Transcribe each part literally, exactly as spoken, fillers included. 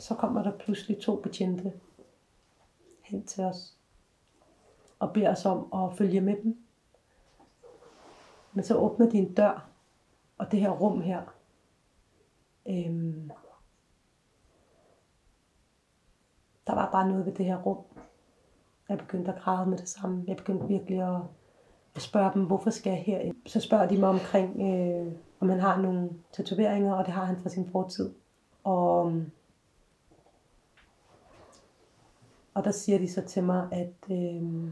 Så kommer der pludselig to betjente hen til os og beder os om at følge med dem. Men så åbner de en dør, og det her rum her, øhm, der var bare noget ved det her rum. Jeg begyndte at græde med det samme. Jeg begyndte virkelig at, at spørge dem, hvorfor skal jeg herind? Så spørger de mig omkring, øh, om han har nogle tatoveringer, og det har han fra sin fortid. Og, og der siger de så til mig, at øh,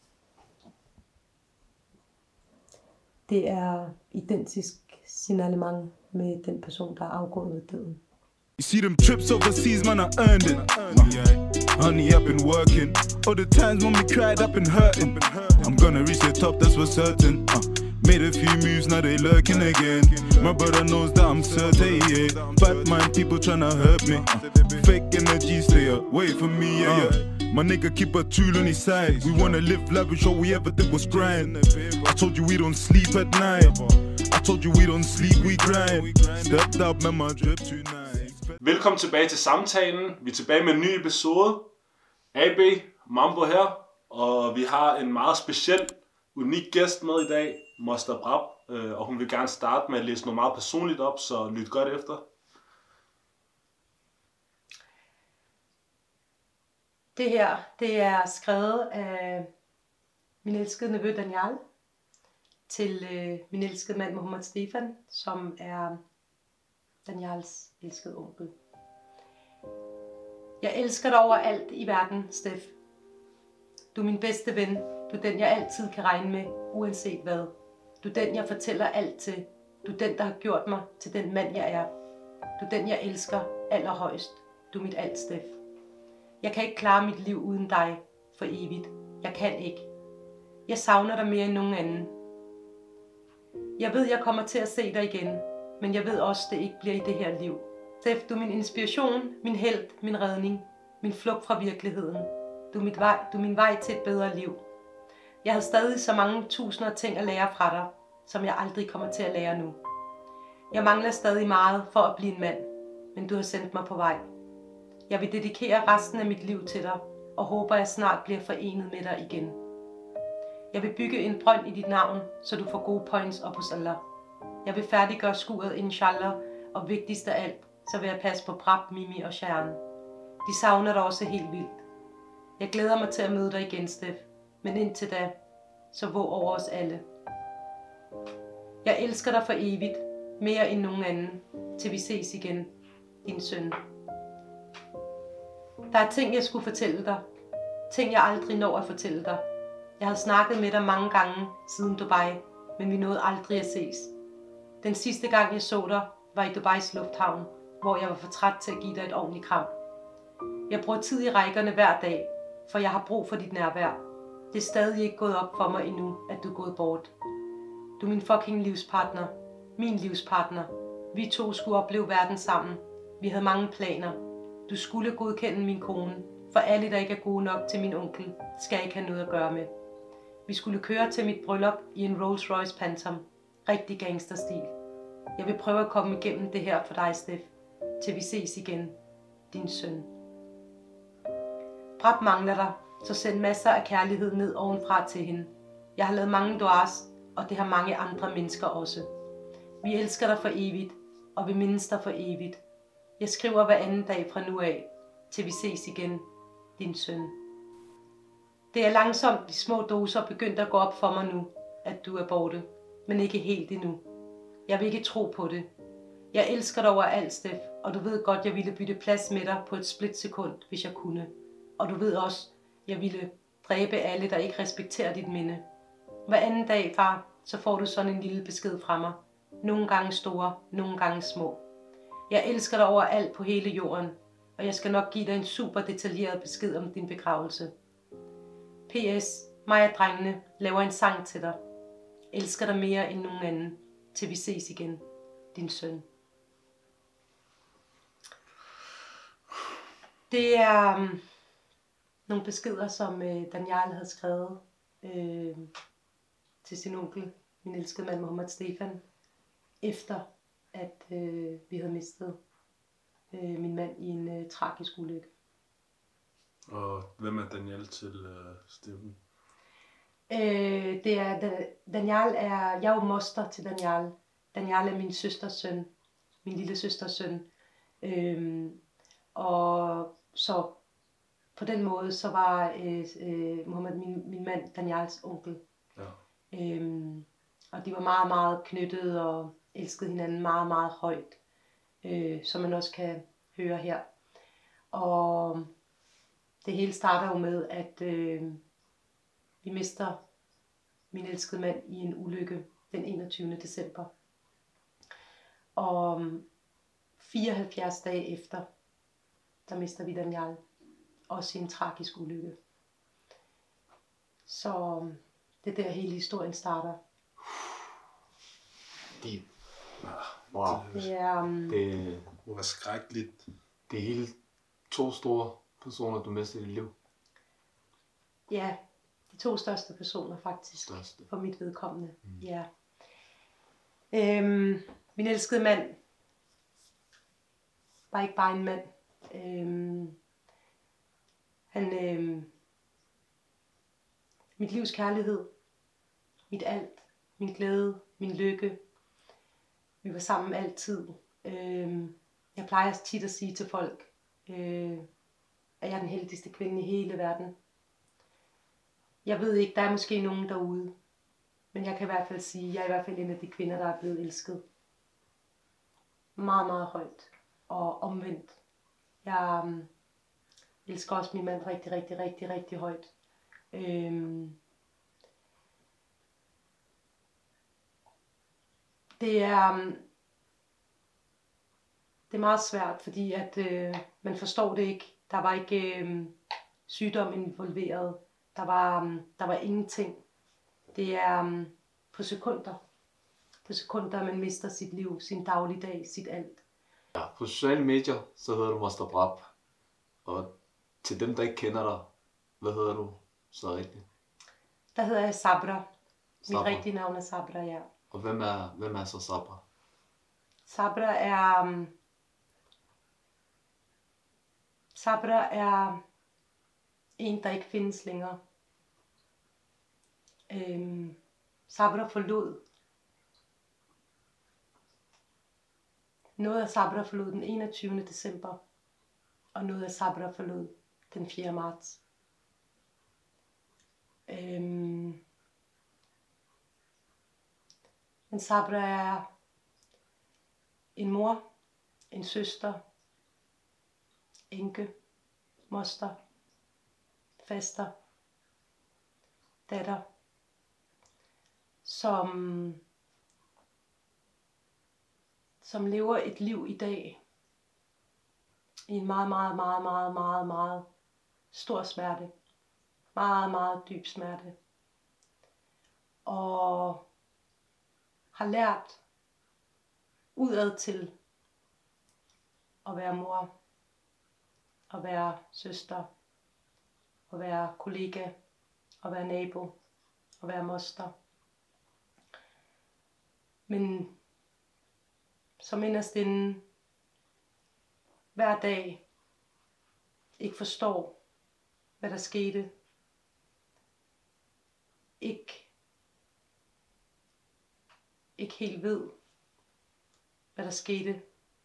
det er identisk signalement med den person, der er afgået ved døden. You see them trips overseas, man, I earned it. Uh, honey, I've been working. All the times when we cried, I've been hurting. I'm gonna reach the top, that's for certain. Uh, made a few moves, now they lurking again. My brother knows that I'm certain, yeah. Bad mind people tryna hurt me. Uh, fake energy, stay away from me, yeah, yeah. My nigga keep a tool on his side. We wanna live lavish, all we ever did was grind. I told you we don't sleep at night. I told you we don't sleep, we grind. Stepped up, man, my drip tonight. Velkommen tilbage til samtalen. Vi er tilbage med en ny episode. A B, Mambo her. Og vi har en meget speciel, unik gæst med i dag, Moster Brab. Og hun vil gerne starte med at læse noget meget personligt op, så lyt godt efter. Det her, det er skrevet af min elskede nevø Daniel til øh, min elskede mand Mohammed Stefan, som er Daniels elskede onkel. Jeg elsker dig over alt i verden, Steff. Du er min bedste ven. Du er den, jeg altid kan regne med, uanset hvad. Du er den, jeg fortæller alt til. Du er den, der har gjort mig til den mand, jeg er. Du er den, jeg elsker allerhøjst. Du er mit alt, Steff. Jeg kan ikke klare mit liv uden dig for evigt. Jeg kan ikke. Jeg savner dig mere end nogen anden. Jeg ved, jeg kommer til at se dig igen, men jeg ved også, det ikke bliver i det her liv. Steff, du er min inspiration, min helt, min redning, min flugt fra virkeligheden. Du er, mit vej, du er min vej til et bedre liv. Jeg har stadig så mange tusinder ting at lære fra dig, som jeg aldrig kommer til at lære nu. Jeg mangler stadig meget for at blive en mand, men du har sendt mig på vej. Jeg vil dedikere resten af mit liv til dig, og håber, jeg snart bliver forenet med dig igen. Jeg vil bygge en brønd i dit navn, så du får gode points op hos Allah. Jeg vil færdiggøre skuret, inshallah, og vigtigst af alt, så vil jeg passe på Brab, Mimi og Sharon. De savner dig også helt vildt. Jeg glæder mig til at møde dig igen, Steff, men indtil da, så våg over os alle. Jeg elsker dig for evigt, mere end nogen anden, til vi ses igen, din søn. Der er ting, jeg skulle fortælle dig. Ting, jeg aldrig når at fortælle dig. Jeg har snakket med dig mange gange siden Dubai, men vi nåede aldrig at ses. Den sidste gang, jeg så dig, var i Dubais lufthavn, hvor jeg var for træt til at give dig et ordentligt kram. Jeg bruger tid i rækkerne hver dag, for jeg har brug for dit nærvær. Det er stadig ikke gået op for mig endnu, at du er gået bort. Du er min fucking livspartner. Min livspartner. Vi to skulle opleve verden sammen. Vi havde mange planer. Du skulle godkende min kone, for alle, der ikke er gode nok til min onkel, skal ikke have noget at gøre med. Vi skulle køre til mit bryllup i en Rolls Royce Phantom. Rigtig gangsterstil. Jeg vil prøve at komme igennem det her for dig, Steff, til vi ses igen, din søn. Brab mangler dig, så send masser af kærlighed ned ovenfra til hende. Jeg har lavet mange duas, og det har mange andre mennesker også. Vi elsker dig for evigt, og vi mindes dig for evigt. Jeg skriver hver anden dag fra nu af, til vi ses igen, din søn. Det er langsomt, de små doser begyndt at gå op for mig nu, at du er borte, men ikke helt endnu. Jeg vil ikke tro på det. Jeg elsker dig over alt, Steff, og du ved godt, jeg ville bytte plads med dig på et splitsekund, hvis jeg kunne. Og du ved også, jeg ville dræbe alle, der ikke respekterer dit minde. Hver anden dag, far, så får du sådan en lille besked fra mig. Nogle gange store, nogle gange små. Jeg elsker dig over alt på hele jorden, og jeg skal nok give dig en super detaljeret besked om din begravelse. P S. Mig og drengene laver en sang til dig. Elsker dig mere end nogen anden, til vi ses igen, din søn. Det er um, nogle beskeder, som uh, Daniel havde skrevet uh, til sin onkel, min elskede mand Mohammed Stefan, efter at uh, vi havde mistet øh, min mand i en øh, tragisk ulykke. Og hvem er Daniel til øh, Steffen? Øh, det er, Daniel er, jeg er jo moster til Daniel. Daniel er min søsters søn, min lille søsters søn. Øhm, og så på den måde, så var øh, øh, Mohammed min, min mand Daniels onkel. Ja. Øhm, og de var meget, meget knyttet og elskede hinanden meget, meget højt. Øh, som man også kan høre her. Og det hele starter jo med, at øh, vi mister min elskede mand i en ulykke den enogtyvende december. Og fireoghalvfjerds dage efter, der mister vi Daniel. Også i en tragisk ulykke. Så det er der hele historien starter. Det, wow. Det er, um, det, Det var skrækkeligt. det er hele to store personer, du mister i dit liv. ja, de to største personer faktisk. Største. For mit vedkommende. Mm. Ja. Øhm, min elskede mand var ikke bare en mand. Øhm, han, øhm, mit livs kærlighed, mit alt, min glæde, min lykke. Vi var sammen altid. Øhm, jeg plejer tit at sige til folk, øh, at jeg er den heldigste kvinde i hele verden. Jeg ved ikke, der er måske nogen derude, men jeg kan i hvert fald sige, at jeg er i hvert fald en af de kvinder, der er blevet elsket. Meget, meget højt og omvendt. Jeg um, elsker også min mand rigtig, rigtig, rigtig, rigtig højt. Øhm, det er um, det er meget svært, fordi at øh, man forstår det ikke. Der var ikke øh, sygdom involveret. Der var, um, der var ingenting. Det er um, på sekunder. På sekunder, man mister sit liv, sin dagligdag, sit alt. Ja, på sociale medier, så hedder du Moster Brab. Og til dem, der ikke kender dig, hvad hedder du så rigtigt? Der hedder jeg Sabra. Mit Sabra. rigtige navn er Sabra, ja. Og hvem er, hvem er så Sabra? Sabra er... Um, Sabra er en, der ikke findes længere. Øhm, Sabra forlod. Noget af Sabra forlod den enogtyvende december, og noget af Sabra forlod den fjerde marts. Øhm, men Sabra er en mor, en søster, enke, moster, faster, datter, som, som lever et liv i dag i en meget, meget, meget, meget, meget, meget stor smerte. Meget, meget dyb smerte. Og har lært udad til at være mor, at være søster, at være kollega, at være nabo, at være moster. Men som inderst inde hver dag ikke forstår, hvad der skete. Ikke, ikke helt ved, hvad der skete.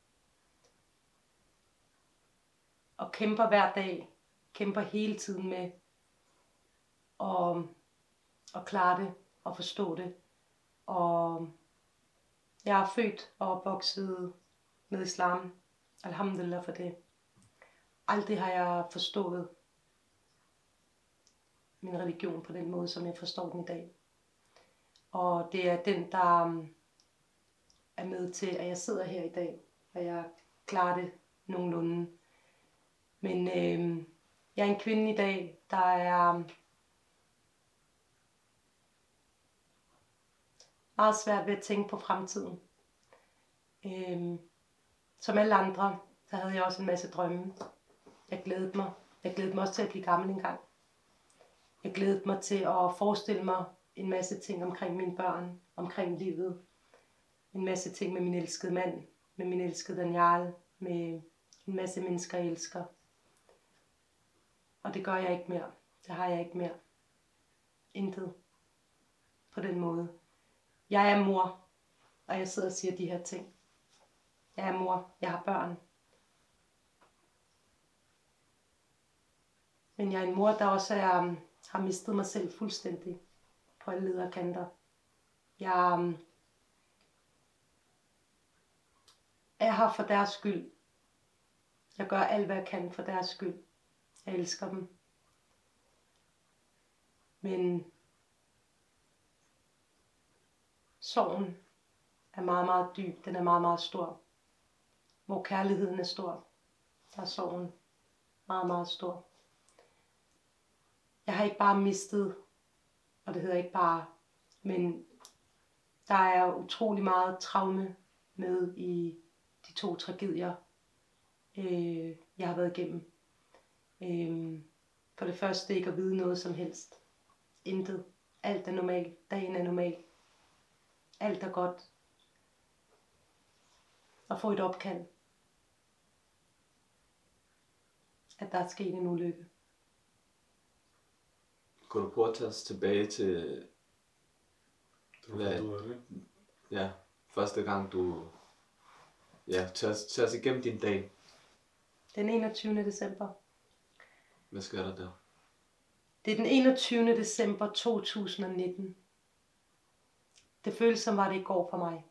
Og kæmper hver dag, kæmper hele tiden med at, at klare det og forstå det. Og jeg er født og opvokset med islam. Alhamdulillah for det. Aldrig har jeg forstået min religion på den måde, som jeg forstår den i dag. Og det er den, der er med til, at jeg sidder her i dag, og jeg klarer det nogenlunde. Men øh, jeg er en kvinde i dag, der er meget svært ved at tænke på fremtiden. Øh, som alle andre, så havde jeg også en masse drømme. Jeg glædede mig. Jeg glædede mig også til at blive gammel engang. Jeg glædede mig til at forestille mig en masse ting omkring mine børn, omkring livet. En masse ting med min elskede mand, med min elskede Daniel, med en masse mennesker, jeg elsker. Og det gør jeg ikke mere. Det har jeg ikke mere. Intet. På den måde. Jeg er mor, og jeg sidder og siger de her ting. Jeg er mor. Jeg har børn. Men jeg er en mor, der også er, um, har mistet mig selv fuldstændig på alle leder og kanter. Jeg um, er her for deres skyld. Jeg gør alt, hvad jeg kan for deres skyld. Jeg elsker dem. Men sorgen er meget, meget dyb. Den er meget, meget stor. Hvor kærligheden er stor, der er sorgen meget, meget stor. Jeg har ikke bare mistet, og det hedder ikke bare, men der er utrolig meget traume med i de to tragedier, øh, jeg har været igennem. Øh, for det første ikke at vide noget som helst. Intet. Alt er normalt. Dagen er normal. Alt er godt. Og få et opkald. At der er sket en ulykke. Kan du prøve at tage os tilbage til, Det var du var det. ja, første gang du, ja, tage os, tage os igennem din dag. Den enogtyvende december. Hvad sker der der? Det er den enogtyvende december to tusind og nitten. Det føles som var det i går for mig.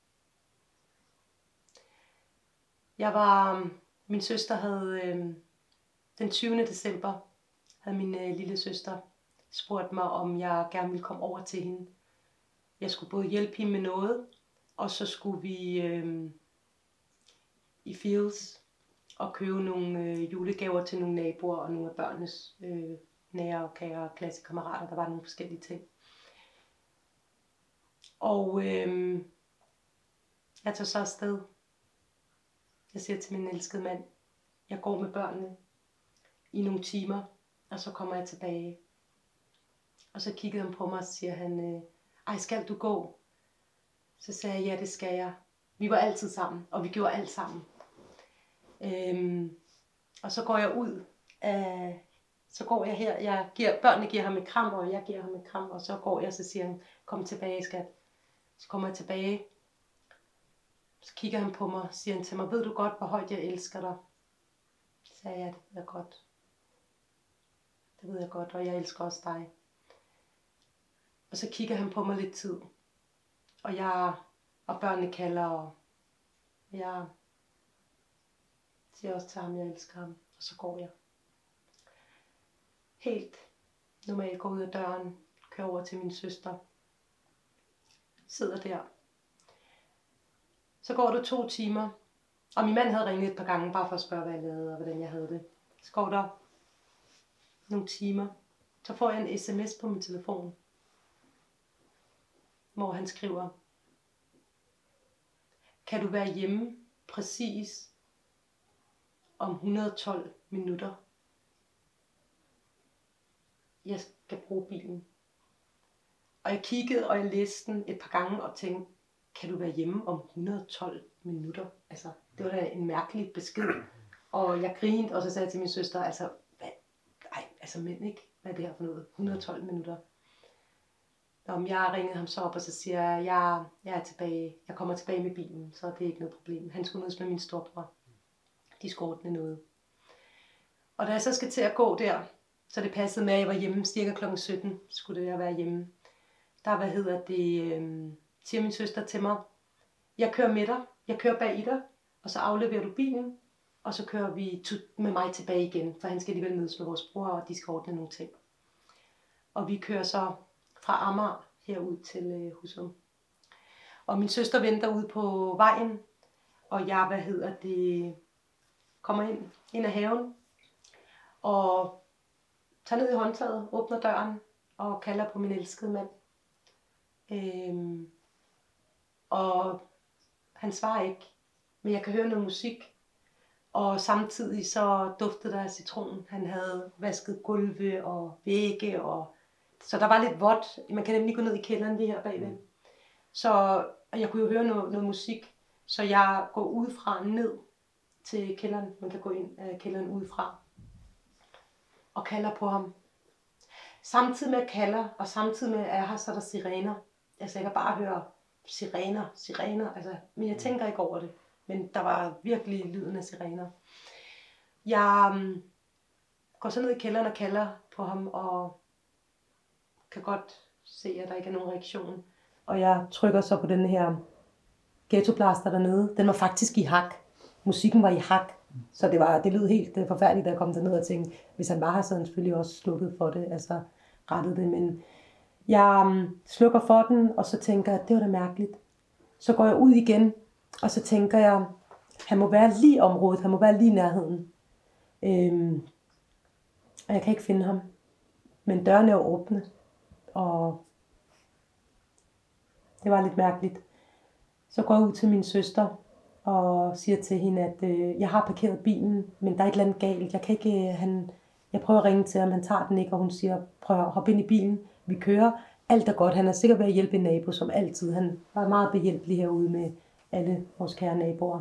Jeg var, min søster havde, øh, den tyvende december, havde min øh, lille søster spurgt mig, om jeg gerne ville komme over til hende. Jeg skulle både hjælpe hende med noget, og så skulle vi øh, i Fields og købe nogle øh, julegaver til nogle naboer og nogle af børnenes øh, nære og kære klassekammerater. Der var nogle forskellige ting. Og øh, jeg tager så afsted. Jeg siger til min elskede mand, jeg går med børnene i nogle timer, og så kommer jeg tilbage. Og så kiggede han på mig og siger han, øh, ej, skal du gå? Så sagde jeg, ja, det skal jeg. Vi var altid sammen, og vi gjorde alt sammen. Øhm, og så går jeg ud af, så går jeg her, jeg giver, børnene giver ham et kram, og jeg giver ham et kram, og så går jeg, så siger han, kom tilbage, skat. Så kommer jeg tilbage, så kigger han på mig, og siger han til mig, ved du godt, hvor højt jeg elsker dig? Så sagde jeg, ja, det ved jeg godt. Det ved jeg godt, og jeg elsker også dig. Og så kigger han på mig lidt tid, og jeg, og børnene kalder, og jeg siger også til ham, jeg elsker ham, og så går jeg. Helt normalt går ud af døren, kører over til min søster, sidder der. Så går der to timer, og min mand havde ringet et par gange, bare for at spørge, hvad jeg lavede, og hvordan jeg havde det. Så går der nogle timer, så får jeg en sms på min telefon, hvor han skriver, kan du være hjemme præcis om et hundrede og tolv minutter? Jeg skal bruge bilen. Og jeg kiggede, og jeg læste den et par gange og tænkte, kan du være hjemme om et hundrede og tolv minutter? Altså, det var da en mærkelig besked. Og jeg grinede, og så sagde jeg til min søster, altså, hvad? Ej, altså mænd ikke, hvad er det her for noget? et hundrede og tolv minutter. Om jeg ringede ham så op, og så siger jeg, jeg, jeg er tilbage, jeg kommer tilbage med bilen, så det er ikke noget problem. Han skulle mødes med min storebror. De skulle ordne noget. Og da jeg så skal til at gå der, så det passede med, at jeg var hjemme cirka klokken sytten, skulle det være hjemme. Der, hvad hedder det, øh, siger min søster til mig, jeg kører med dig, jeg kører bag i dig, og så afleverer du bilen, og så kører vi med mig tilbage igen, for han skal alligevel mødes med vores bror, og de skal ordne nogle ting. Og vi kører så fra Amager herud til øh, Husum. Og min søster venter ude på vejen, og jeg, hvad hedder det, kommer ind, ind ad haven, og tager ned i håndtaget, åbner døren, og kalder på min elskede mand. Øhm, og han svarer ikke, men jeg kan høre noget musik, og samtidig så duftede der af citron. Han havde vasket gulve og vægge, og så der var lidt vådt. Man kan nemlig gå ned i kælderen lige her bagved. Mm. Så og jeg kunne jo høre noget, noget musik, så jeg går udefra ned til kælderen. Man kan gå ind af kælderen udefra. Og kalder på ham. Samtidig med at kalder, og samtidig med at jeg er her, så er der sirener. Altså jeg kan bare høre sirener, sirener. Altså, men jeg tænker ikke over det. Men der var virkelig lyden af sirener. Jeg um, går så ned i kælderen og kalder på ham, og kan godt se, at der ikke er nogen reaktion. Og jeg trykker så på den her ghettoblaster dernede. Den var faktisk i hak. Musikken var i hak. Så det, var, det lød helt forfærdeligt, da jeg kom derned og tænkte, hvis han var her, så havde han selvfølgelig også slukket for det, altså rettet det. Men jeg um, slukker for den, og så tænker jeg, det var da mærkeligt. Så går jeg ud igen, og så tænker jeg, han må være lige området, han må være lige i nærheden. Øhm, og jeg kan ikke finde ham. Men dørene er åbne, og det var lidt mærkeligt. Så går jeg ud til min søster, og siger til hende, at øh, jeg har parkeret bilen, men der er et eller andet galt. Jeg kan ikke, øh, han, jeg prøver at ringe til ham, han tager den ikke, og hun siger, prøv at hoppe ind i bilen, vi kører. Alt er godt, han er sikkert ved at hjælpe en nabo, som altid. Han var meget behjælpelig herude med alle vores kære naboer.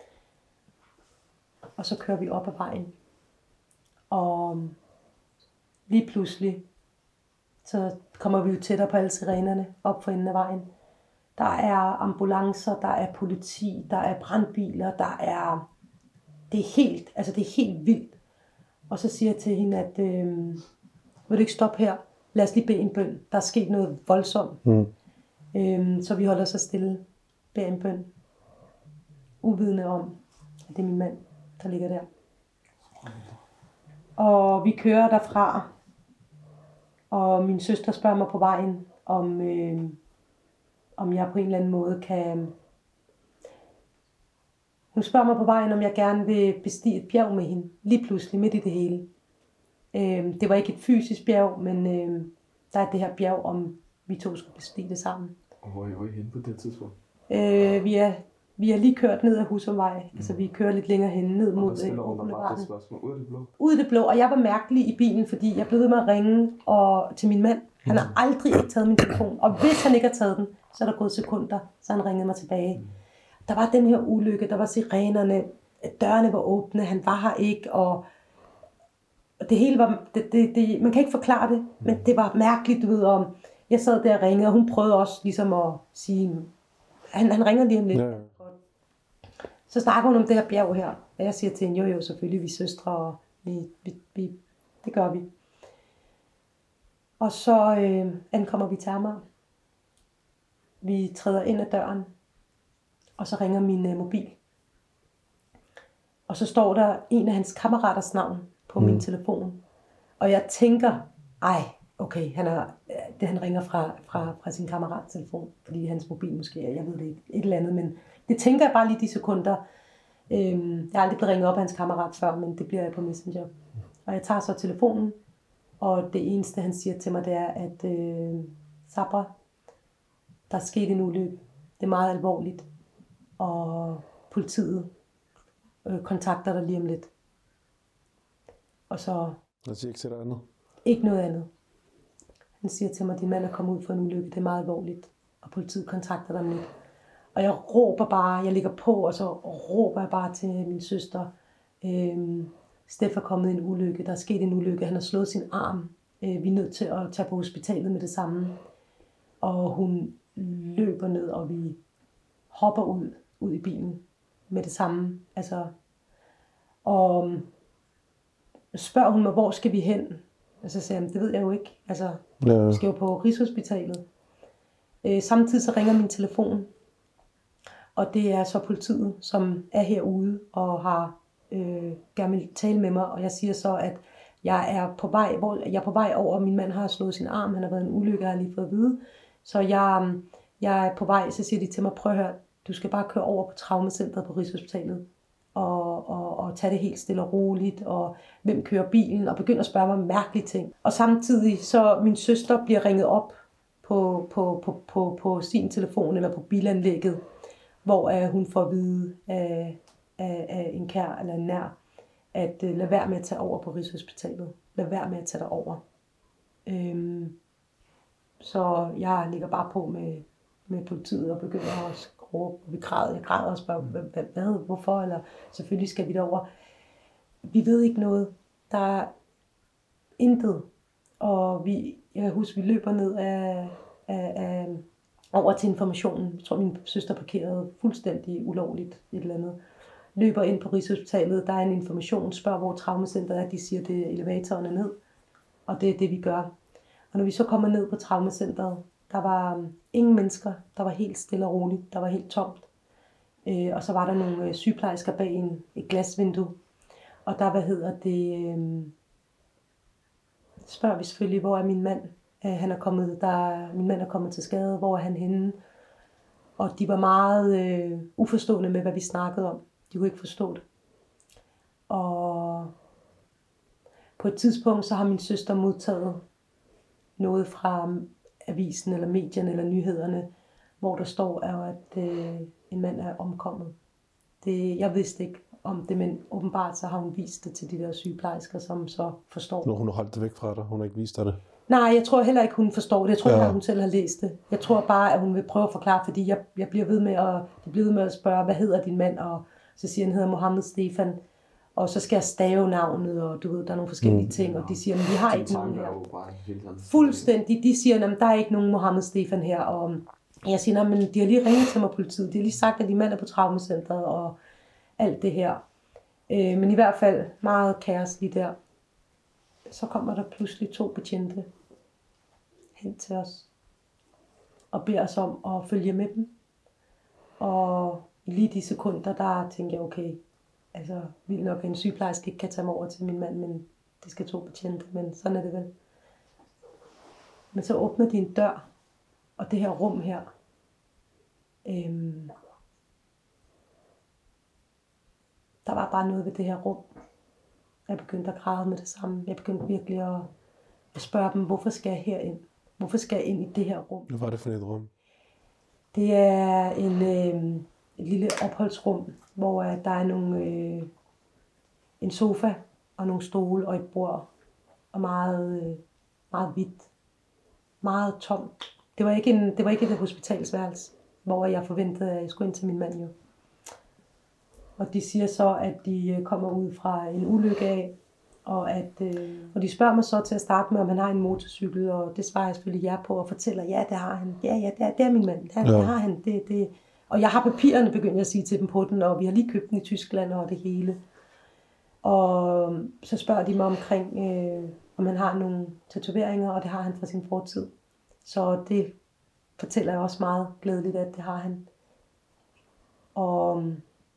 Og så kører vi op ad vejen. Og lige pludselig, så kommer vi jo tættere på alle sirenerne op for enden af vejen. Der er ambulancer, der er politi, der er brandbiler, der er... Det er helt, altså det er helt vildt. Og så siger jeg til hende, at øh, vil du ikke stoppe her? Lad os lige bede en bøn. Der er sket noget voldsomt. Mm. Øh, så vi holder så stille, beder en bøn. Uvidende om, at det er min mand, der ligger der. Og vi kører derfra, og min søster spørger mig på vejen, om... Øh, om jeg på en eller anden måde kan... Hun spørger mig på vejen, om jeg gerne vil bestige et bjerg med hende. Lige pludselig, midt i det hele. Øhm, det var ikke et fysisk bjerg, men øhm, der er det her bjerg, om vi to skulle bestige det sammen. Og hvor er I henne på det tidspunkt? Øh, vi, er, vi er lige kørt ned ad Husumvej. Mm. Altså vi kører lidt længere hen, ned mod øh, boulevarden. Ud af det blå? Ud af det blå, og jeg var mærkelig i bilen, fordi jeg blev ved med at ringe og, til min mand. Han har aldrig ikke taget min telefon, og hvis han ikke har taget den, så er der gået sekunder, så han ringede mig tilbage. Mm. Der var den her ulykke, der var sirenerne, dørene var åbne, han var her ikke, og det hele var, det, det, det, man kan ikke forklare det, men det var mærkeligt, du ved, om jeg sad der og ringede, og hun prøvede også ligesom at sige, han, han ringer lige om lidt. Ja. Så snakker hun om det her bjerg her, og jeg siger til hende, jo jo, selvfølgelig, vi er søstre, og vi, vi, vi, det gør vi. Og så øh, ankommer vi til Amager. Vi træder ind ad døren, og så ringer min øh, mobil. Og så står der en af hans kammeraters navn på mm. min telefon. Og jeg tænker, ej, okay, han, er, det, han ringer fra, fra, fra sin kammerats telefon, fordi hans mobil måske, jeg ved det ikke, et eller andet, men det tænker jeg bare lige de sekunder. Øhm, jeg har aldrig blevet ringet op af hans kammerat før, men det bliver jeg på Messenger. Og jeg tager så telefonen, og det eneste, han siger til mig, det er, at øh, Sabra, der er sket en ulykke. Det er meget alvorligt. Og politiet øh, kontakter dig lige om lidt. Og så... Jeg siger ikke til dig andet? Ikke noget andet. Han siger til mig, at din mand er kommet ud for en ulykke. Det er meget alvorligt. Og politiet kontakter dig om lidt. Og jeg råber bare, jeg ligger på, og så råber jeg bare til min søster. Øh, Steff er kommet i en ulykke. Der er sket en ulykke. Han har slået sin arm. Øh, vi er nødt til at tage på hospitalet med det samme. Og hun løber ned, og vi hopper ud, ud i bilen med det samme. Altså, og spørger hun mig, hvor skal vi hen? Og så siger jeg, det ved jeg jo ikke. Altså, ja. Vi skal jo på Rigshospitalet. Øh, samtidig så ringer min telefon. Og det er så politiet, som er herude og har øh, gerne vil tale med mig. Og jeg siger så, at jeg er på vej, hvor jeg er på vej over. Min mand har slået sin arm. Han har været en ulykke, jeg har lige fået at vide. Så jeg, jeg er på vej, så siger de til mig, prøv at høre, du skal bare køre over på traumacentret på Rigshospitalet. Og, og, og tage det helt stille og roligt, og hvem kører bilen, og begynder at spørge mig om mærkelige ting. Og samtidig så min søster bliver ringet op på, på, på, på, på sin telefon, eller på bilanlægget, hvor uh, hun får at vide af, af, af en kær eller en nær, at uh, lad være med at tage over på Rigshospitalet. Lad være med at tage dig over. Øhm, så jeg ligger bare på med, med politiet og begynder at råbe, og vi græder, jeg græder og spørger, hvad, hvad, hvad, hvorfor, eller selvfølgelig skal vi derover. Vi ved ikke noget. Der er intet. Og vi, jeg kan huske, vi løber ned af, af, af, over til informationen. Jeg tror, min søster parkerede fuldstændig ulovligt et eller andet. Løber ind på Rigshospitalet, der er en information, spørger, hvor traumacenteret er. De siger, det er elevatoren er ned. Og det er det, vi gør. Og når vi så kommer ned på traumacenteret, der var ingen mennesker. Der var helt stille og roligt. Der var helt tomt. Øh, og så var der nogle øh, sygeplejersker bag en, et glasvindue. Og der, hvad hedder det, øh, spørger vi selvfølgelig, hvor er min mand? Øh, han er kommet, der, min mand er kommet til skade. Hvor er han henne? Og de var meget øh, uforstående med, hvad vi snakkede om. De kunne ikke forstå det. Og på et tidspunkt, så har min søster modtaget noget fra avisen, eller medierne, eller nyhederne, hvor der står, at øh, en mand er omkommet. Det, jeg vidste ikke om det, men åbenbart så har hun vist det til de der sygeplejersker, som så forstår. Når hun har holdt det væk fra dig, hun har ikke vist dig det? Nej, jeg tror heller ikke, hun forstår det. Jeg tror ja. ikke, at hun selv har læst det. Jeg tror bare, at hun vil prøve at forklare, fordi jeg, jeg bliver ved med at, de bliver ved med at spørge, hvad hedder din mand? Og så siger han, hedder Mohammed Stefan. Og så skal jeg stave navnet, og du ved, der er nogle forskellige mm. ting, og de siger, at vi har ikke nogen her. Fuldstændig. De siger, at der er ikke nogen Mohammed Stefan her, og jeg siger, men de har lige ringet til mig, politiet. De har lige sagt, at din mand er på traumacentret, og alt det her. Øh, men i hvert fald meget kaos lige der. Så kommer der pludselig to betjente hen til os, og beder os om at følge med dem. Og i lige de sekunder, der tænker jeg, okay, altså, vildt nok, at en sygeplejerske ikke kan tage mig over til min mand, men det skal to betjente, men sådan er det vel. Men så åbner de en dør, og det her rum her, øhm, der var bare noget ved det her rum. Jeg begyndte at græde med det samme. Jeg begyndte virkelig at, at spørge dem, hvorfor skal jeg herind? Hvorfor skal jeg ind i det her rum? Hvad var det for et rum? Det er en, øh, et lille opholdsrum, hvor øh, der er nogle, øh, en sofa og nogle stole og et bord. Og meget, øh, meget hvidt. Meget tomt. Det var ikke, en, det var ikke et hospitalsværelse, hvor jeg forventede, at jeg skulle ind til min mand jo. Og de siger så, at de kommer ud fra en ulykke af, og, at, øh, og de spørger mig så til at starte med, om han har en motorcykel, og det svarer jeg selvfølgelig ja på, og fortæller, ja, det har han. Ja, ja, det er, det er min mand. Det, er, ja. det har han. Det, det. Og jeg har papirerne, begynder jeg at sige til dem på den, og vi har lige købt den i Tyskland og det hele. Og så spørger de mig omkring, øh, om han har nogle tatoveringer, og det har han fra sin fortid. Så det fortæller jeg også meget glædeligt, at det har han. Og...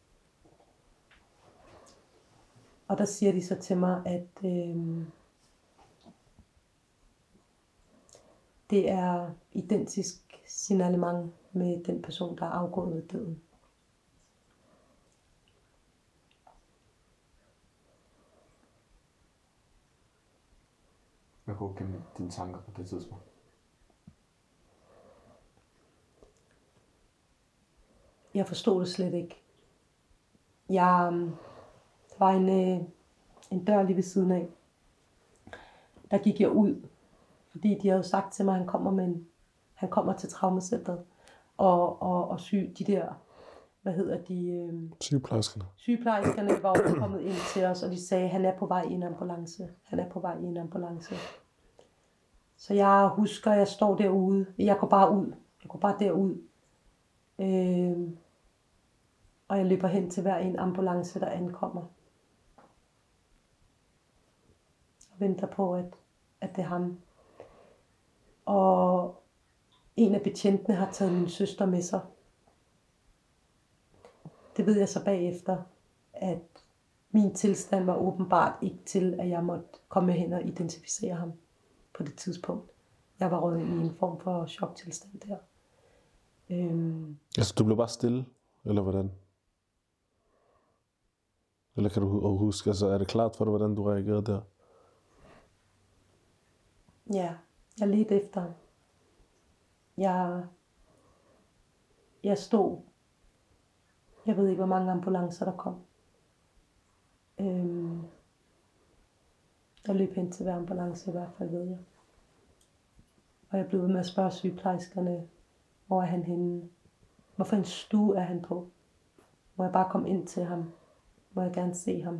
Og der siger de så til mig, at øh, det er identisk signalement med den person, der er afgået ved døden. Hvad går gennem dine tanker på det tidspunkt? Jeg forstod det slet ikke. Jeg... Der var en, øh, en dør lige ved siden af. Der gik jeg ud, fordi de havde sagt til mig, at han kommer, med en, han kommer til traumacentret og, og, og syg, de der, hvad hedder de? Øh, Sygeplejerskerne. Sygeplejerskerne var også kommet ind til os, og de sagde, at han er på vej i en ambulance. Han er på vej i en ambulance. Så jeg husker, at jeg står derude. Jeg går bare ud. Jeg går bare derud. Øh, og jeg løber hen til hver en ambulance, der ankommer. Venter på, at, at det er ham. Og en af betjentene har taget min søster med sig. Det ved jeg så bagefter, at min tilstand var åbenbart ikke til, at jeg måtte komme hen og identificere ham på det tidspunkt. Jeg var røget i en form for choktilstand der. Øhm. Altså, du blev bare stille, eller hvordan? Eller kan du huske, altså er det klart for dig, hvordan du reagerede der? Ja, jeg ledte efter ham. Jeg, jeg stod. Jeg ved ikke, hvor mange ambulancer der kom. Øhm, jeg løb hen til hver ambulance, i hvert fald ved jeg. Og jeg blev ved med at spørge sygeplejerskerne, hvor er han henne? Hvorfor en stue er han på? Må jeg bare komme ind til ham? Må jeg gerne se ham?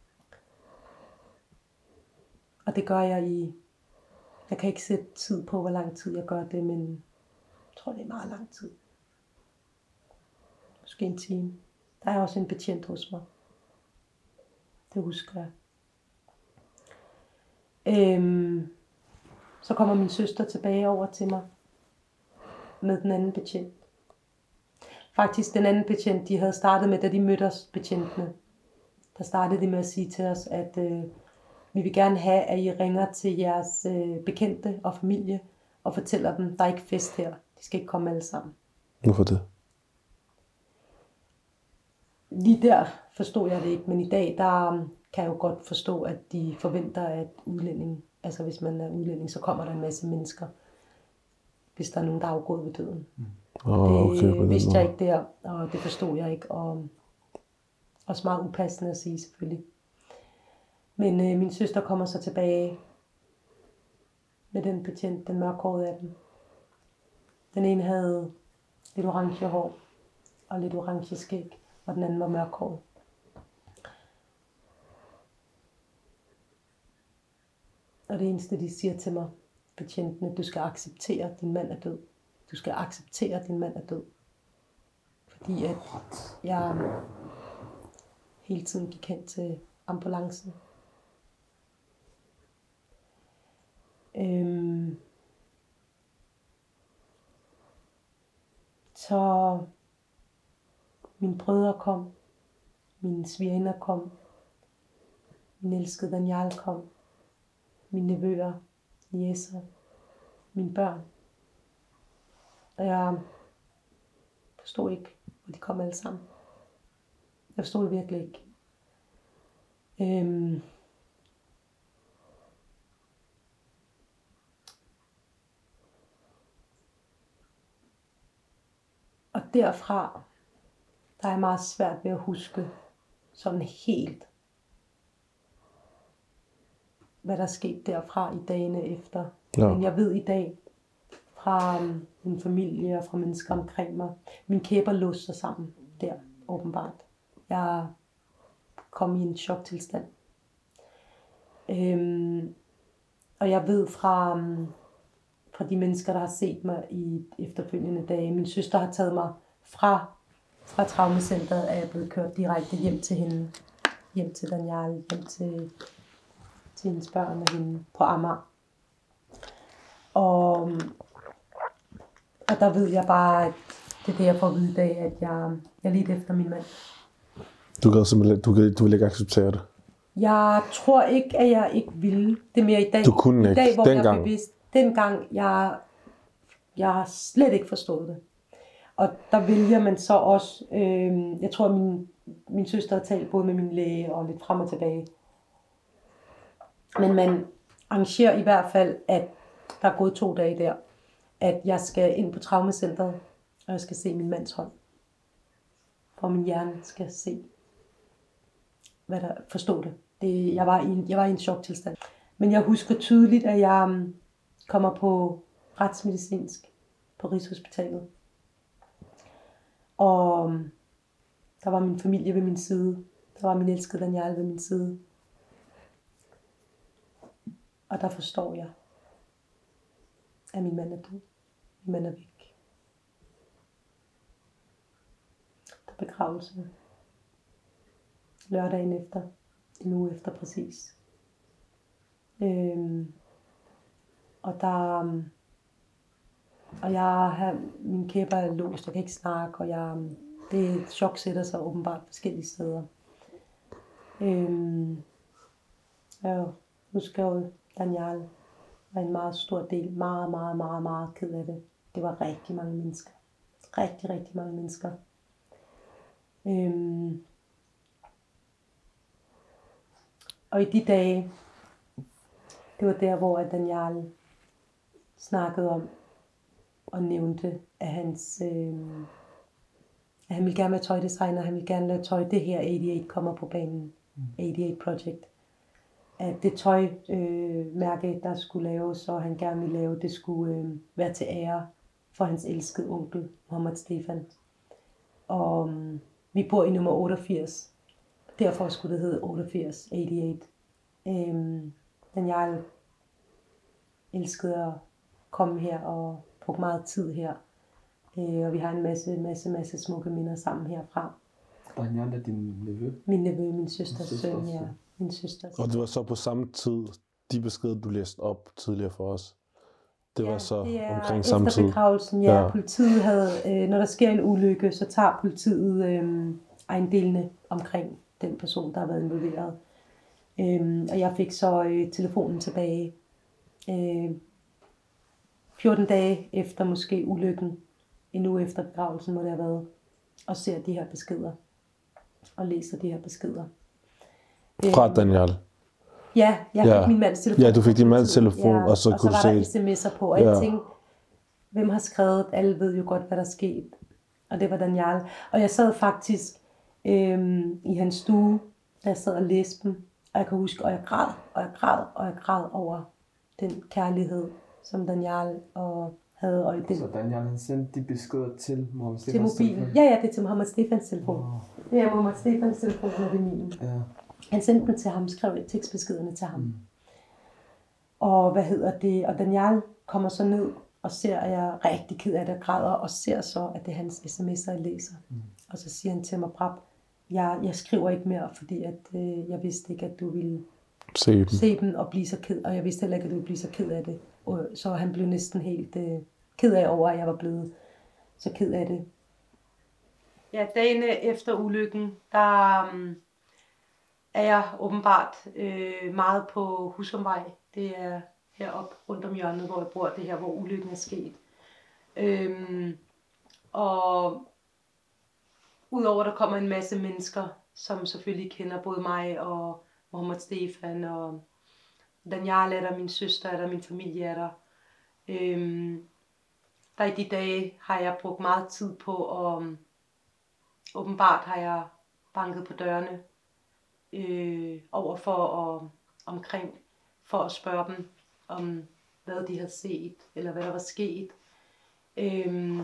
Og det gør jeg i... Jeg kan ikke sætte tid på, hvor lang tid jeg gør det, men jeg tror, det er meget lang tid. Måske en time. Der er også en betjent hos mig. Det husker jeg. Øhm, så kommer min søster tilbage over til mig med den anden betjent. Faktisk den anden betjent, de havde startet med, da de mødte os betjentene. Der startede de med at sige til os, at øh, vi vil gerne have, at I ringer til jeres øh, bekendte og familie og fortæller dem, der er ikke fest her. De skal ikke komme alle sammen. Hvorfor det? Lige der forstod jeg det ikke, men i dag, der kan jeg jo godt forstå, at de forventer, at udlænding, altså hvis man er udlænding, så kommer der en masse mennesker, hvis der er nogen, der er afgået ved døden. Oh, okay, det vidste jeg ikke der, og det forstod jeg ikke, og også meget upassende at sige selvfølgelig. Men øh, min søster kommer så tilbage med den betjent, den mørkhårede af dem. Den ene havde lidt orange hår og lidt orange skæg, og den anden var mørkhåret. Og det eneste, de siger til mig, betjentene, du skal acceptere, at din mand er død. Du skal acceptere, at din mand er død. Fordi at jeg hele tiden gik hen til ambulancen. Øhm. Så mine brødre kom, mine svigerinder kom, min elskede Daniel kom, mine nevøer, niecer, mine børn. Og jeg forstod ikke, hvor de kom alle sammen. Jeg forstod det virkelig ikke. Øhm. Og derfra, der er meget svært ved at huske sådan helt, hvad der skete derfra i dagene efter. Ja. Men jeg ved i dag, fra min familie og fra mennesker omkring mig, min kæber låste sig sammen der, åbenbart. Jeg kom i en choktilstand. Øhm, og jeg ved fra, fra de mennesker, der har set mig i efterfølgende dage, min søster har taget mig fra, fra traumacenteret, at jeg er blevet kørt direkte hjem til hende. Hjem til Daniel, hjem til, til hendes børn og hende på Amager. Og, og der ved jeg bare, at det er det, jeg får at vide i dag, at jeg, jeg er lidt efter min mand. Du kan simpelthen, du, kan, du vil ikke acceptere det? Jeg tror ikke, at jeg ikke ville. Det er mere i dag. Du kunne I ikke. dag, hvor Dengang. jeg er bevidst. Dengang, jeg, jeg har slet ikke forstået det. Og der vælger man så også, øh, jeg tror, at min, min søster har talt både med min læge og lidt frem og tilbage. Men man arrangerer i hvert fald, at der er gået to dage der, at jeg skal ind på traumacenteret, og jeg skal se min mands hånd. For min hjerne skal se, hvad der, forstå det. det jeg, var i en, jeg var i en choktilstand. Men jeg husker tydeligt, at jeg kommer på retsmedicinsk på Rigshospitalet. Og der var min familie ved min side. Der var min elskede Daniel ved min side. Og der forstår jeg, at min mand er død. Min mand er væk. Der er begravelse. Lørdagen efter. En uge efter præcis. Øhm, og der... Og jeg har... Min kæber er låst. Jeg kan ikke snakke. Og jeg... Det chok sætter sig åbenbart forskellige steder. Øhm, jeg husker jo, Daniel var en meget stor del, meget, meget, meget, meget ked af det. Det var rigtig mange mennesker. Rigtig, rigtig mange mennesker. Øhm. Og i de dage, det var der, hvor Daniel snakkede om og nævnte, at hans, øh, at han ville gerne være tøjdesigner, han ville gerne lave tøj. Det her otteogtyve kommer på banen. otteogtyve Project. At det tøjmærke, øh, der skulle laves, og han gerne ville lave, det skulle øh, være til ære for hans elskede onkel, Mohammed Stefan. Og um, vi bor i nummer otteogfirs. Derfor skulle det hedde otteogfirs, otteogfirs. Øhm, men jeg elskede at komme her og bruge meget tid her. Øh, og vi har en masse, masse, masse smukke minder sammen herfra. Daniel er din nevø? Min nevø, min søsters Min søn, søsters ja. søn. Min søsters. Og det var så på samme tid, de beskeder, du læste op tidligere for os. Det var så det er omkring samme efter tid. begravelsen, ja. Ja. Politiet havde, øh, når der sker en ulykke, så tager politiet øh, ejendelene omkring den person, der har været involveret. Øhm, og jeg fik så øh, telefonen tilbage. Øh, fjorten dage efter måske ulykken, en uge efter begravelsen må det have været, og ser de her beskeder. Og læser de her beskeder. Fra Øhm, Daniel. Ja, jeg fik Ja. min mands telefon. Ja, du fik din mands telefon, og så og kunne så du var der se- sms'er på, og Ja. jeg tænkte, hvem har skrevet? Alle ved jo godt, hvad der skete. Og det var Daniel. Og jeg sad faktisk øhm, i hans stue, da jeg sad og læste dem. Og jeg kan huske, og jeg græd, og jeg græd, og jeg græd over den kærlighed, som Daniel og havde. Og den, Så Daniel han sendte de beskeder til Mohammed til Stefans mobilen. telefon? Ja, ja, det er til Mohammed Stefans telefon. Åh, Det er Mohammed Stefans telefon, og det er min. ja. Han sendte den til ham, skrev tekstbeskederne til ham. Mm. Og hvad hedder det? Og Daniel kommer så ned og ser, at jeg er rigtig ked af det og græder, og ser så, at det er hans sms'er, jeg læser. Mm. Og så siger han til mig, Brab, jeg, jeg skriver ikke mere, fordi at, øh, jeg vidste ikke, at du ville Se dem. se dem og blive så ked, og jeg vidste heller ikke, at du ville blive så ked af det. Og, så han blev næsten helt øh, ked af over, at jeg var blevet så ked af det. Ja, dagene efter ulykken, der um, er jeg åbenbart øh, meget på Husumvej. Det er heroppe rundt om hjørnet, hvor jeg bor, det her, hvor ulykken er sket. Øhm, og udover der kommer en masse mennesker, som selvfølgelig kender både mig og Mohammed Stefan, og Daniel er der, min søster er der, min familie er der. Øhm, der i de dage har jeg brugt meget tid på, og åbenbart har jeg banket på dørene øh, overfor og omkring, for at spørge dem om, hvad de havde set, eller hvad der var sket. Øhm,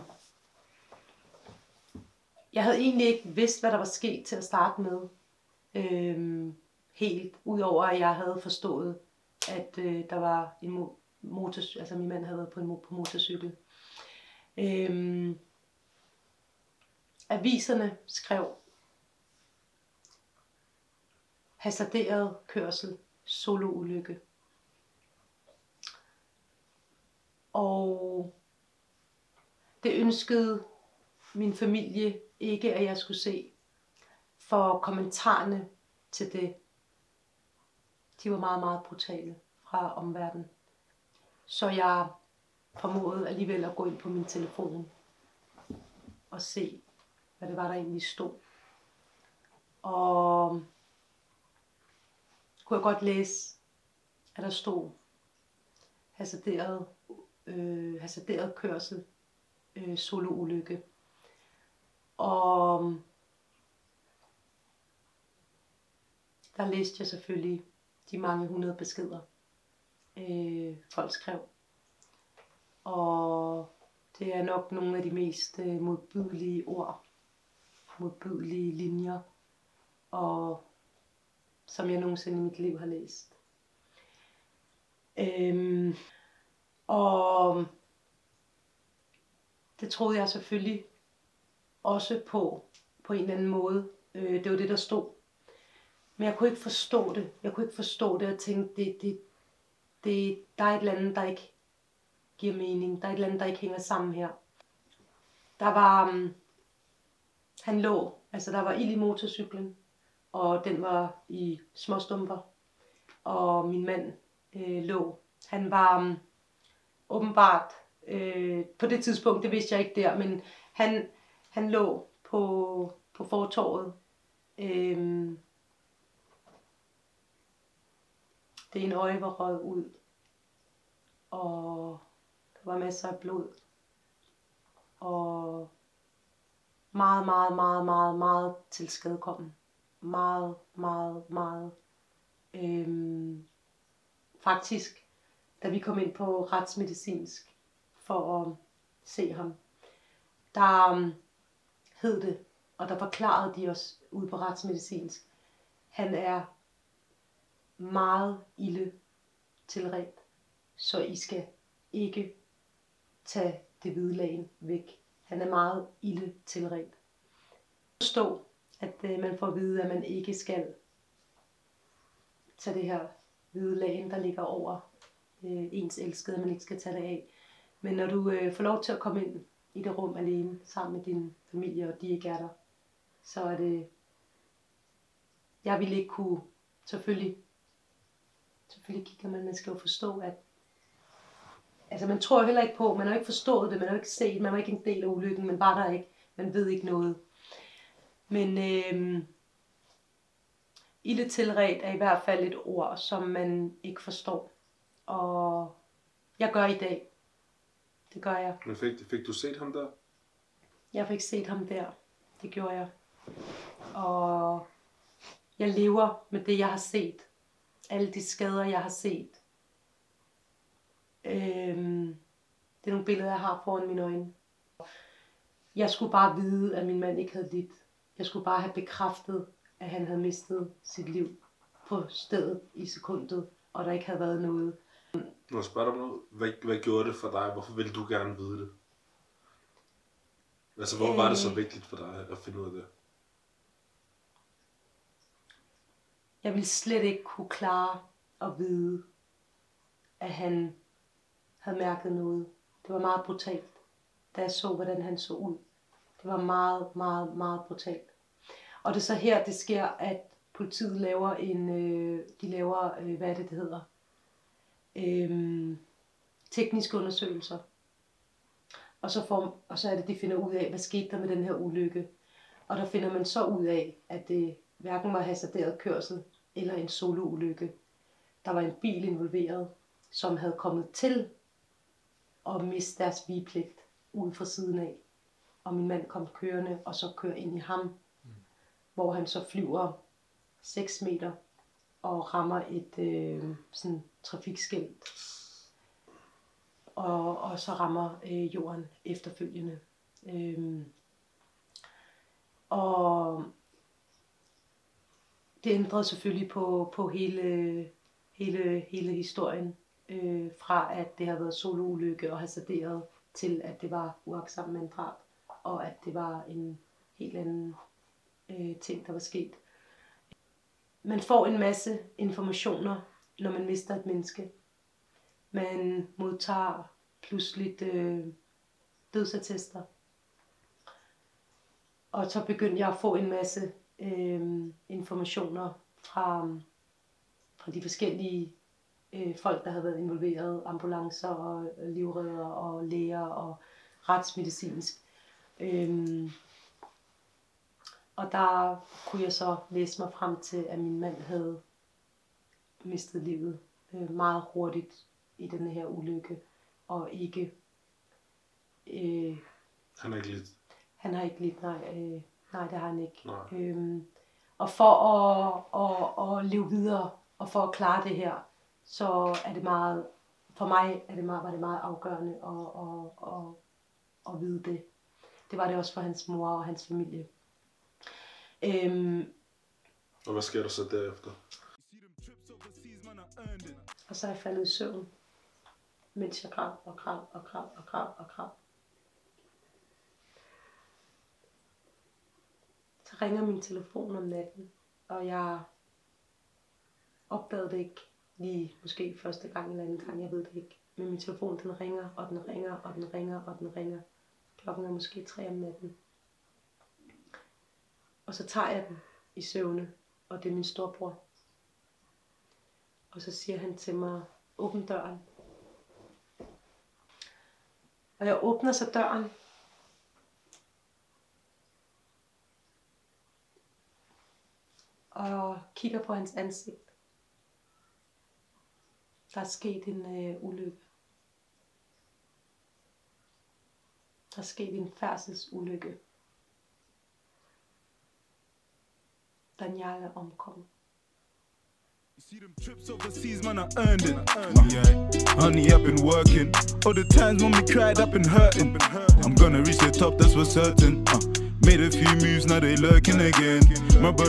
jeg havde egentlig ikke vidst, hvad der var sket til at starte med. Øhm, helt, udover at jeg havde forstået, at øh, der var en mo- motor, altså min mand havde været på en mo- på motorcykel. Øhm, aviserne skrev hasarderet kørsel, soloulykke. Og det ønskede min familie ikke, at jeg skulle se, for kommentarerne til det, de var meget, meget brutale fra omverdenen. Så jeg formåede alligevel at gå ind på min telefon og se, hvad det var, der egentlig stod. Og kunne jeg godt læse, at der stod hasarderet, øh, hasarderet kørsel, øh, soloulykke. Og der læste jeg selvfølgelig de mange hundrede beskeder, øh, folk skrev. Og det er nok nogle af de mest øh, modbydelige ord, modbydelige linjer, og som jeg nogensinde i mit liv har læst. Øhm, og det troede jeg selvfølgelig også på, på en eller anden måde. Øh, det var det, der stod. Men jeg kunne ikke forstå det. Jeg kunne ikke forstå det og tænkte, det, det, det, der er et eller andet, der ikke giver mening. Der er et eller andet, der ikke hænger sammen her. Der var, um, han lå, altså der var ild i motorcyklen, og den var i småstumper. Og min mand øh, lå. Han var um, åbenbart, øh, på det tidspunkt, det vidste jeg ikke der, men han, han lå på, på fortorvet. Øh, det ene øje var røget ud, og der var masser af blod. Og meget, meget, meget, meget, meget tilskadekommen. Meget, meget, meget. Øhm, faktisk, da vi kom ind på retsmedicinsk for at se ham, der um, hed det, Og der forklarede de os ude på retsmedicinsk, han er meget ilde tilredt, så I skal ikke tage det hvide lagen væk. Han er meget ilde tilredt. Forstå, at øh, man får at vide, at man ikke skal tage det her hvide lagen, der ligger over øh, ens elskede, at man ikke skal tage det af. Men når du øh, får lov til at komme ind i det rum alene, sammen med din familie, og de ikke er der, så er det... Jeg ville ikke kunne... Selvfølgelig, selvfølgelig kigger man, man skal jo forstå, at... Altså man tror heller ikke på, man har ikke forstået det, man har ikke set, man var ikke en del af ulykken, man var der ikke, man ved ikke noget. Men øh, ilde tilredt er i hvert fald et ord, som man ikke forstår. Og jeg gør i dag. Det gør jeg. Men fik, fik du set ham der? Jeg fik set ham der. Det gjorde jeg. Og jeg lever med det, jeg har set. Alle de skader, jeg har set. Øhm, det er nogle billeder, jeg har foran mine øjne. Jeg skulle bare vide, at min mand ikke havde lidt. Jeg skulle bare have bekræftet, at han havde mistet sit liv på stedet i sekundet, og der ikke havde været noget. Må jeg spørge dig noget? Hvad, hvad gjorde det for dig? Hvorfor ville du gerne vide det? Altså, hvor øh... var det så vigtigt for dig at finde ud af det? Jeg ville slet ikke kunne klare at vide, at han havde mærket noget. Det var meget brutalt, da jeg så, hvordan han så ud. Det var meget, meget, meget brutalt. Og det er så her, det sker, at politiet laver en, øh, de laver, øh, hvad er det, det hedder? Øh, tekniske undersøgelser. Og så, får, og så er det, de finder ud af, hvad skete der med den her ulykke. Og der finder man så ud af, at det hverken var hasarderet kørsel eller en soloulykke. Der var en bil involveret, som havde kommet til at miste deres vigepligt ude fra siden af. Og min mand kom kørende, og så kører ind i ham, mm. hvor han så flyver seks meter og rammer et øh, sådan trafikskilt. Og, og så rammer øh, jorden efterfølgende. Øhm, og det ændrede selvfølgelig på, på hele, hele, hele historien. Øh, fra at det havde været soloulykke og hasarderet til at det var uagtsomt manddrab. Og at det var en helt anden øh, ting, der var sket. Man får en masse informationer, når man mister et menneske. Man modtager pludseligt øh, dødsattester. Og så begyndte jeg at få en masse øh, informationer fra, fra de forskellige øh, folk, der havde været involveret. Ambulancer og livredder og læger og retsmedicinsk. Øhm, og der kunne jeg så læse mig frem til, at min mand havde mistet livet øh, meget hurtigt i denne her ulykke, og ikke... Øh, han har ikke lidt? Han har ikke lidt, nej. Øh, nej, det har han ikke. Øhm, og for at, at, at leve videre, og for at klare det her, så er det meget... For mig er det meget, var det meget afgørende at, at, at, at vide det. Det var det også for hans mor og hans familie. Øhm, og hvad sker der så derefter? Og så er jeg faldet i søvn, mens jeg græd og græd og græd og græd og græd. Så ringer min telefon om natten, og jeg opdagede det ikke lige måske første gang eller anden gang, jeg ved det ikke. Men min telefon den ringer, og den ringer, og den ringer, og den ringer. Klokken er måske tre om natten. Og så tager jeg den i søvne, og det er min storbror. Og så siger han til mig, åbn døren. Og jeg åbner så døren. Og kigger på hans ansigt. Der er sket en øh, ulykke. Der er sket en færdselsulykke. Daniel er omkommet. You see them trips overseas, man, I earned it. Uh, yeah. Honey, I've been working. All the times when we cried, I've been hurting. I'm gonna reach the top, that's for certain. Uh, Made a few moves, now they lurking again. My brother